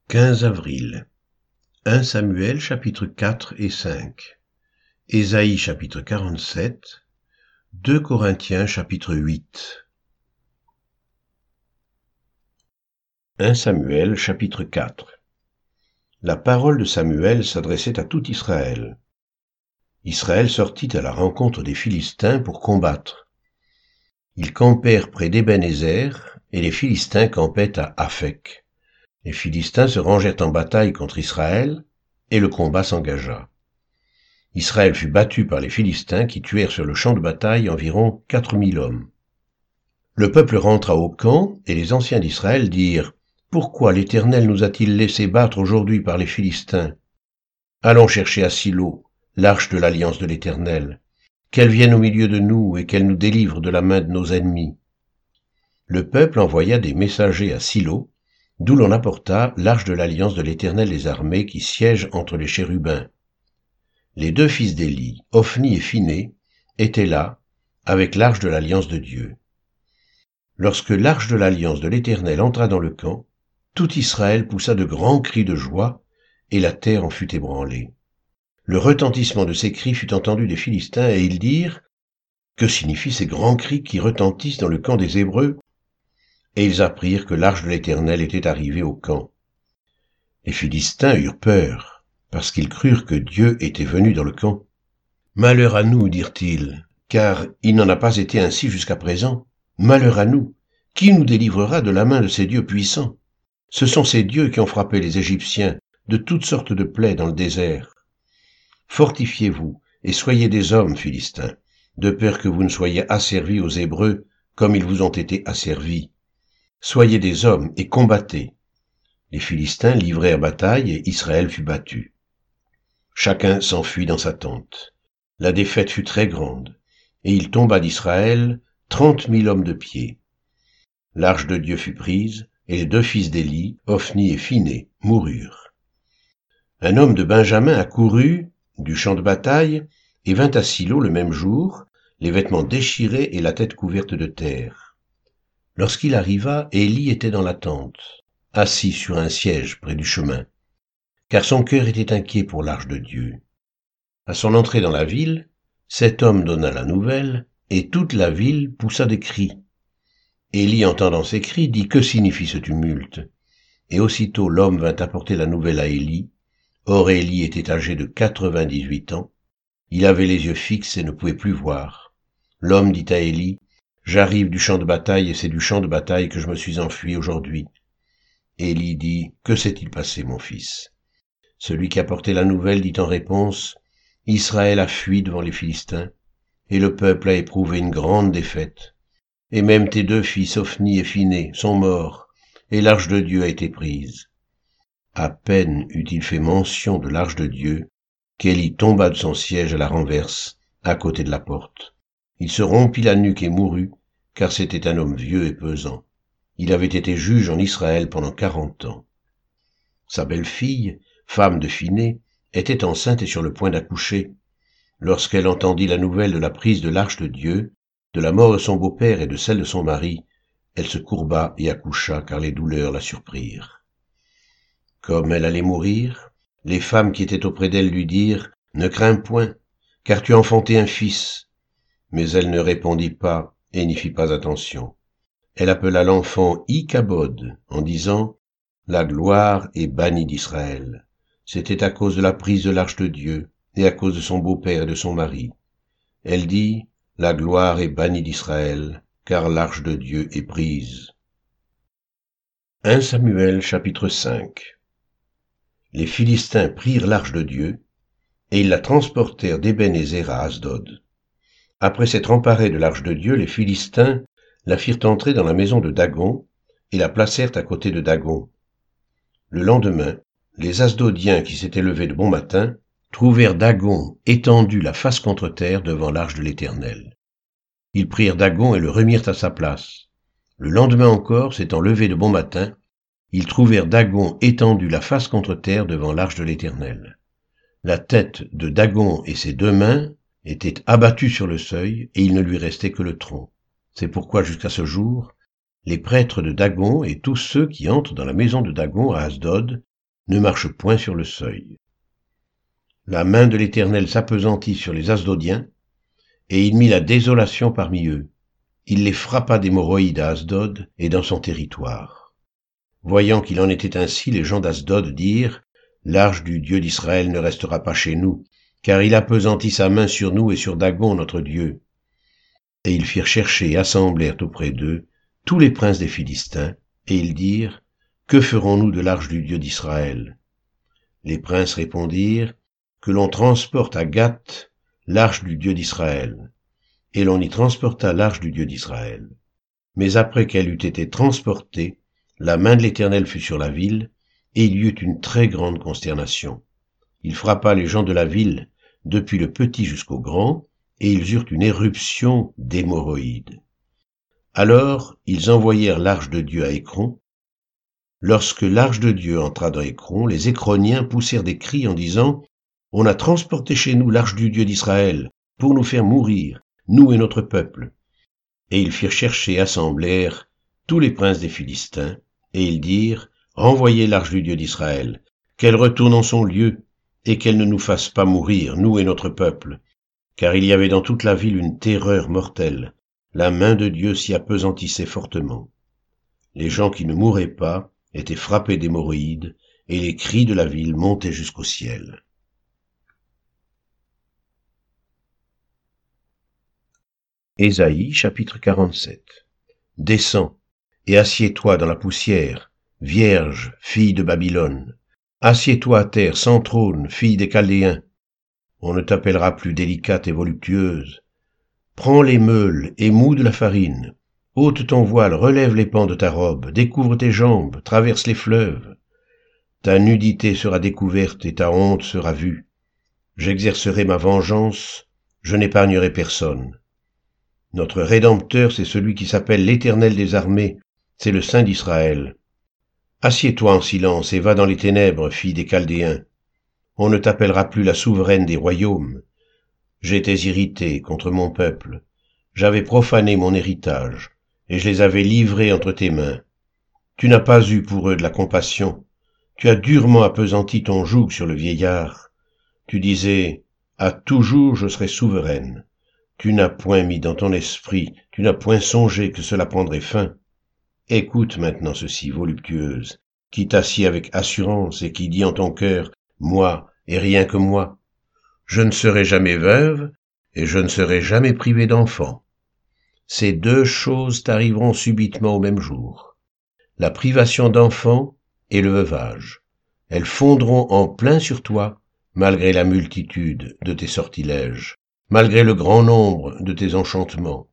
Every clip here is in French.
15 avril. 1 Samuel chapitre 4 et 5. Ésaïe chapitre 47. 2 Corinthiens chapitre 8. 1 Samuel chapitre 4. La parole de Samuel s'adressait à tout Israël. Israël sortit à la rencontre des Philistins pour combattre. Ils campèrent près d'Ébén-Ézer, et les Philistins campaient à Aphek. Les Philistins se rangèrent en bataille contre Israël, et le combat s'engagea. Israël fut battu par les Philistins qui tuèrent sur le champ de bataille environ 4000 hommes. Le peuple rentra au camp, et les anciens d'Israël dirent « Pourquoi l'Éternel nous a-t-il laissé battre aujourd'hui par les Philistins? Allons chercher à Silo l'arche de l'alliance de l'Éternel, qu'elle vienne au milieu de nous et qu'elle nous délivre de la main de nos ennemis. » Le peuple envoya des messagers à Silo, d'où l'on apporta l'arche de l'alliance de l'Éternel des armées qui siège entre les chérubins. Les deux fils d'Éli, Ophni et Phiné, étaient là, avec l'arche de l'alliance de Dieu. Lorsque l'arche de l'alliance de l'Éternel entra dans le camp, tout Israël poussa de grands cris de joie, et la terre en fut ébranlée. Le retentissement de ces cris fut entendu des Philistins, et ils dirent « Que signifient ces grands cris qui retentissent dans le camp des Hébreux ?» Et ils apprirent que l'arche de l'Éternel était arrivée au camp. Les Philistins eurent peur, parce qu'ils crurent que Dieu était venu dans le camp. « Malheur à nous, dirent-ils, car il n'en a pas été ainsi jusqu'à présent. Malheur à nous, qui nous délivrera de la main de ces dieux puissants? Ce sont ces dieux qui ont frappé les Égyptiens de toutes sortes de plaies dans le désert. Fortifiez-vous et soyez des hommes, Philistins, de peur que vous ne soyez asservis aux Hébreux comme ils vous ont été asservis. Soyez des hommes et combattez. » Les Philistins livrèrent bataille et Israël fut battu. Chacun s'enfuit dans sa tente. La défaite fut très grande, et il tomba d'Israël 30 000 hommes de pied. L'arche de Dieu fut prise, et les deux fils d'Éli, Ophni et Phiné, moururent. Un homme de Benjamin accourut du champ de bataille et vint à Silo le même jour, les vêtements déchirés et la tête couverte de terre. Lorsqu'il arriva, Éli était dans la tente, assis sur un siège près du chemin, car son cœur était inquiet pour l'arche de Dieu. À son entrée dans la ville, cet homme donna la nouvelle, et toute la ville poussa des cris. Éli, entendant ces cris, dit « Que signifie ce tumulte ?» Et aussitôt l'homme vint apporter la nouvelle à Éli. Or Éli était âgé de 98 ans. Il avait les yeux fixes et ne pouvait plus voir. L'homme dit à Éli « J'arrive du champ de bataille et c'est du champ de bataille que je me suis enfui aujourd'hui. » Éli dit « Que s'est-il passé, mon fils ?» Celui qui apportait la nouvelle dit en réponse « Israël a fui devant les Philistins, et le peuple a éprouvé une grande défaite. Et même tes deux fils, Ophni et Phiné, sont morts, et l'arche de Dieu a été prise. » À peine eut-il fait mention de l'arche de Dieu, qu'Éli tomba de son siège à la renverse, à côté de la porte. Il se rompit la nuque et mourut, car c'était un homme vieux et pesant. Il avait été juge en Israël pendant 40 ans. Sa belle-fille, femme de Phiné, était enceinte et sur le point d'accoucher. Lorsqu'elle entendit la nouvelle de la prise de l'arche de Dieu, de la mort de son beau-père et de celle de son mari, elle se courba et accoucha, car les douleurs la surprirent. Comme elle allait mourir, les femmes qui étaient auprès d'elle lui dirent « Ne crains point, car tu as enfanté un fils. » Mais elle ne répondit pas et n'y fit pas attention. Elle appela l'enfant Ichabod en disant « La gloire est bannie d'Israël. » C'était à cause de la prise de l'arche de Dieu et à cause de son beau-père et de son mari. Elle dit « La gloire est bannie d'Israël, car l'arche de Dieu est prise. » 1 Samuel chapitre 5. Les Philistins prirent l'arche de Dieu, et ils la transportèrent d'Ébén-Ézer à Asdod. Après s'être emparés de l'arche de Dieu, les Philistins la firent entrer dans la maison de Dagon, et la placèrent à côté de Dagon. Le lendemain, les Asdodiens qui s'étaient levés de bon matin trouvèrent Dagon étendu la face contre terre devant l'arche de l'Éternel. Ils prirent Dagon et le remirent à sa place. Le lendemain encore, s'étant levés de bon matin, ils trouvèrent Dagon étendu la face contre terre devant l'arche de l'Éternel. La tête de Dagon et ses deux mains étaient abattues sur le seuil, et il ne lui restait que le tronc. C'est pourquoi jusqu'à ce jour, les prêtres de Dagon et tous ceux qui entrent dans la maison de Dagon à Asdod ne marche point sur le seuil. La main de l'Éternel s'appesantit sur les Asdodiens, et il mit la désolation parmi eux. Il les frappa d'hémorroïdes à Asdod et dans son territoire. Voyant qu'il en était ainsi, les gens d'Asdod dirent, « L'arche du Dieu d'Israël ne restera pas chez nous, car il appesantit sa main sur nous et sur Dagon notre Dieu. » Et ils firent chercher et assemblèrent auprès d'eux tous les princes des Philistins, et ils dirent, « Que ferons-nous de l'arche du Dieu d'Israël » Les princes répondirent, « Que l'on transporte à Gath l'arche du Dieu d'Israël. » Et l'on y transporta l'arche du Dieu d'Israël. Mais après qu'elle eut été transportée, la main de l'Éternel fut sur la ville, et il y eut une très grande consternation. Il frappa les gens de la ville, depuis le petit jusqu'au grand, et ils eurent une éruption d'hémorroïdes. Alors ils envoyèrent l'arche de Dieu à Écron. Lorsque l'arche de Dieu entra dans Écron, les Écroniens poussèrent des cris en disant, « On a transporté chez nous l'arche du Dieu d'Israël, pour nous faire mourir, nous et notre peuple. » Et ils firent chercher et assemblèrent tous les princes des Philistins, et ils dirent, « Renvoyez l'arche du Dieu d'Israël, qu'elle retourne en son lieu, et qu'elle ne nous fasse pas mourir, nous et notre peuple. » Car il y avait dans toute la ville une terreur mortelle. La main de Dieu s'y appesantissait fortement. Les gens qui ne mouraient pas étaient frappés d'hémorroïdes, et les cris de la ville montaient jusqu'au ciel. Ésaïe, chapitre 47. Descends, et assieds-toi dans la poussière, vierge, fille de Babylone. Assieds-toi à terre, sans trône, fille des Chaldéens. On ne t'appellera plus délicate et voluptueuse. Prends les meules et moue de la farine. Ôte ton voile, relève les pans de ta robe, découvre tes jambes, traverse les fleuves. Ta nudité sera découverte et ta honte sera vue. J'exercerai ma vengeance, je n'épargnerai personne. Notre Rédempteur, c'est celui qui s'appelle l'Éternel des armées, c'est le Saint d'Israël. Assieds-toi en silence et va dans les ténèbres, fille des Chaldéens. On ne t'appellera plus la souveraine des royaumes. J'étais irrité contre mon peuple. J'avais profané mon héritage, et je les avais livrés entre tes mains. Tu n'as pas eu pour eux de la compassion. Tu as durement appesanti ton joug sur le vieillard. Tu disais, à toujours je serai souveraine. Tu n'as point mis dans ton esprit, tu n'as point songé que cela prendrait fin. Écoute maintenant ceci, voluptueuse, qui t'assied avec assurance et qui dit en ton cœur, moi et rien que moi. Je ne serai jamais veuve et je ne serai jamais privée d'enfant. Ces deux choses t'arriveront subitement au même jour. La privation d'enfant et le veuvage. Elles fondront en plein sur toi, malgré la multitude de tes sortilèges, malgré le grand nombre de tes enchantements.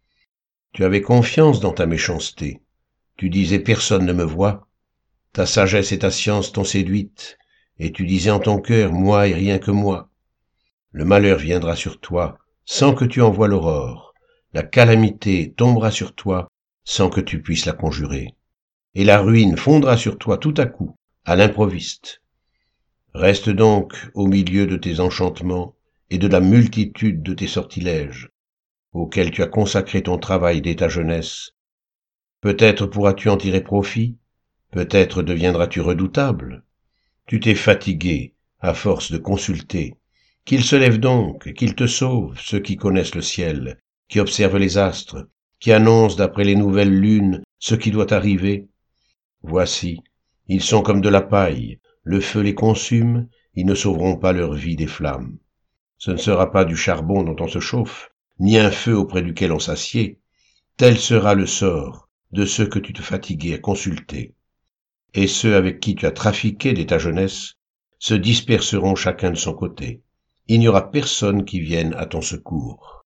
Tu avais confiance dans ta méchanceté. Tu disais personne ne me voit. Ta sagesse et ta science t'ont séduite, et tu disais en ton cœur, moi et rien que moi. Le malheur viendra sur toi, sans que tu en voies l'aurore. La calamité tombera sur toi, sans que tu puisses la conjurer. Et la ruine fondra sur toi tout à coup, à l'improviste. Reste donc au milieu de tes enchantements et de la multitude de tes sortilèges, auxquels tu as consacré ton travail dès ta jeunesse. Peut-être pourras-tu en tirer profit, peut-être deviendras-tu redoutable. Tu t'es fatigué à force de consulter. Qu'ils se lèvent donc, et qu'ils te sauvent, ceux qui connaissent le ciel, qui observent les astres, qui annoncent d'après les nouvelles lunes ce qui doit arriver. Voici, ils sont comme de la paille, le feu les consume, ils ne sauveront pas leur vie des flammes. Ce ne sera pas du charbon dont on se chauffe, ni un feu auprès duquel on s'assied. Tel sera le sort de ceux que tu te fatiguais à consulter. Et ceux avec qui tu as trafiqué dès ta jeunesse se disperseront chacun de son côté. Il n'y aura personne qui vienne à ton secours.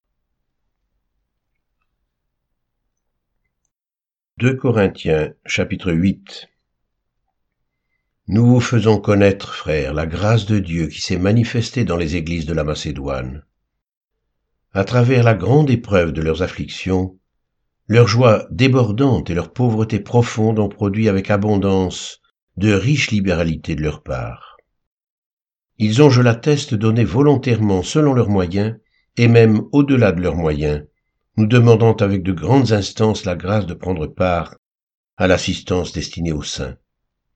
2 Corinthiens, chapitre 8. Nous vous faisons connaître, frères, la grâce de Dieu qui s'est manifestée dans les églises de la Macédoine. À travers la grande épreuve de leurs afflictions, leur joie débordante et leur pauvreté profonde ont produit avec abondance de riches libéralités de leur part. Ils ont, je l'atteste, donné volontairement selon leurs moyens, et même au-delà de leurs moyens, nous demandant avec de grandes instances la grâce de prendre part à l'assistance destinée aux saints.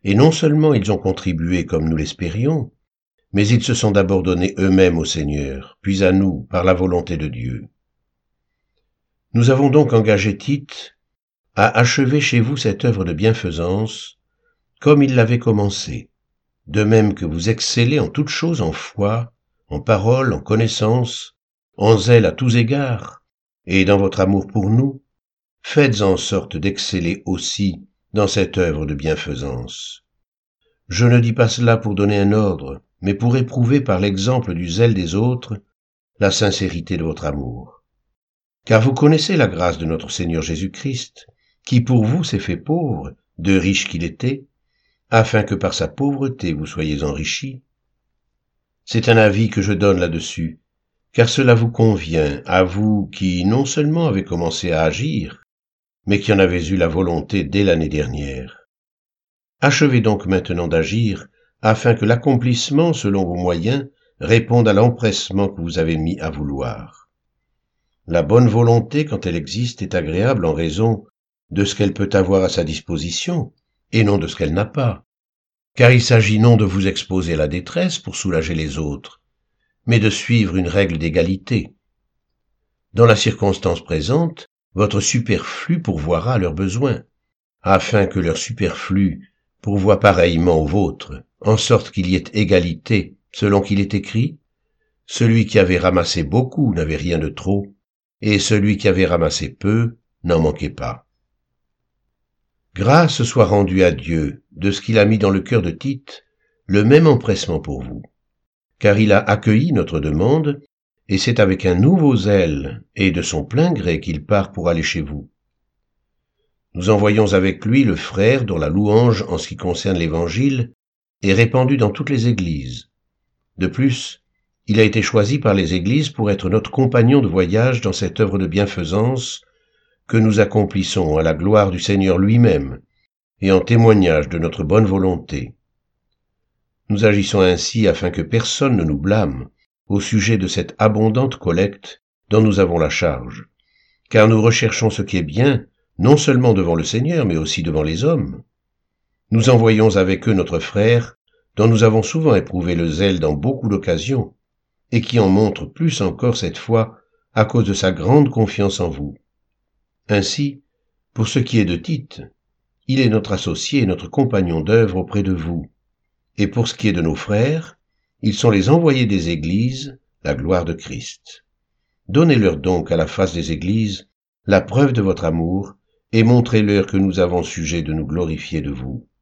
et non seulement ils ont contribué comme nous l'espérions, mais ils se sont d'abord donnés eux-mêmes au Seigneur, puis à nous, par la volonté de Dieu. Nous avons donc engagé Tite à achever chez vous cette œuvre de bienfaisance, comme il l'avait commencée, de même que vous excellez en toutes choses en foi, en parole, en connaissance, en zèle à tous égards, et dans votre amour pour nous, faites en sorte d'exceller aussi dans cette œuvre de bienfaisance. Je ne dis pas cela pour donner un ordre, mais pour éprouver par l'exemple du zèle des autres la sincérité de votre amour. Car vous connaissez la grâce de notre Seigneur Jésus-Christ, qui pour vous s'est fait pauvre, de riche qu'il était, afin que par sa pauvreté vous soyez enrichis. C'est un avis que je donne là-dessus, car cela vous convient, à vous qui non seulement avez commencé à agir, mais qui en avez eu la volonté dès l'année dernière. Achevez donc maintenant d'agir, afin que l'accomplissement selon vos moyens réponde à l'empressement que vous avez mis à vouloir. La bonne volonté, quand elle existe, est agréable en raison de ce qu'elle peut avoir à sa disposition, et non de ce qu'elle n'a pas, car il s'agit non de vous exposer à la détresse pour soulager les autres, mais de suivre une règle d'égalité. Dans la circonstance présente, votre superflu pourvoira à leurs besoins, afin que leur superflu pourvoie pareillement au vôtre, en sorte qu'il y ait égalité, selon qu'il est écrit, « Celui qui avait ramassé beaucoup n'avait rien de trop, et celui qui avait ramassé peu n'en manquait pas. » Grâce soit rendue à Dieu de ce qu'il a mis dans le cœur de Tite le même empressement pour vous, car il a accueilli notre demande, et c'est avec un nouveau zèle et de son plein gré qu'il part pour aller chez vous. Nous envoyons avec lui le frère dont la louange en ce qui concerne l'Évangile est répandue dans toutes les églises. De plus, il a été choisi par les églises pour être notre compagnon de voyage dans cette œuvre de bienfaisance que nous accomplissons à la gloire du Seigneur lui-même et en témoignage de notre bonne volonté. Nous agissons ainsi afin que personne ne nous blâme au sujet de cette abondante collecte dont nous avons la charge, car nous recherchons ce qui est bien, non seulement devant le Seigneur, mais aussi devant les hommes. Nous envoyons avec eux notre frère, dont nous avons souvent éprouvé le zèle dans beaucoup d'occasions, et qui en montre plus encore cette fois à cause de sa grande confiance en vous. Ainsi, pour ce qui est de Tite, il est notre associé et notre compagnon d'œuvre auprès de vous. Et pour ce qui est de nos frères, ils sont les envoyés des églises, la gloire de Christ. Donnez-leur donc à la face des églises la preuve de votre amour, et montrez-leur que nous avons sujet de nous glorifier de vous.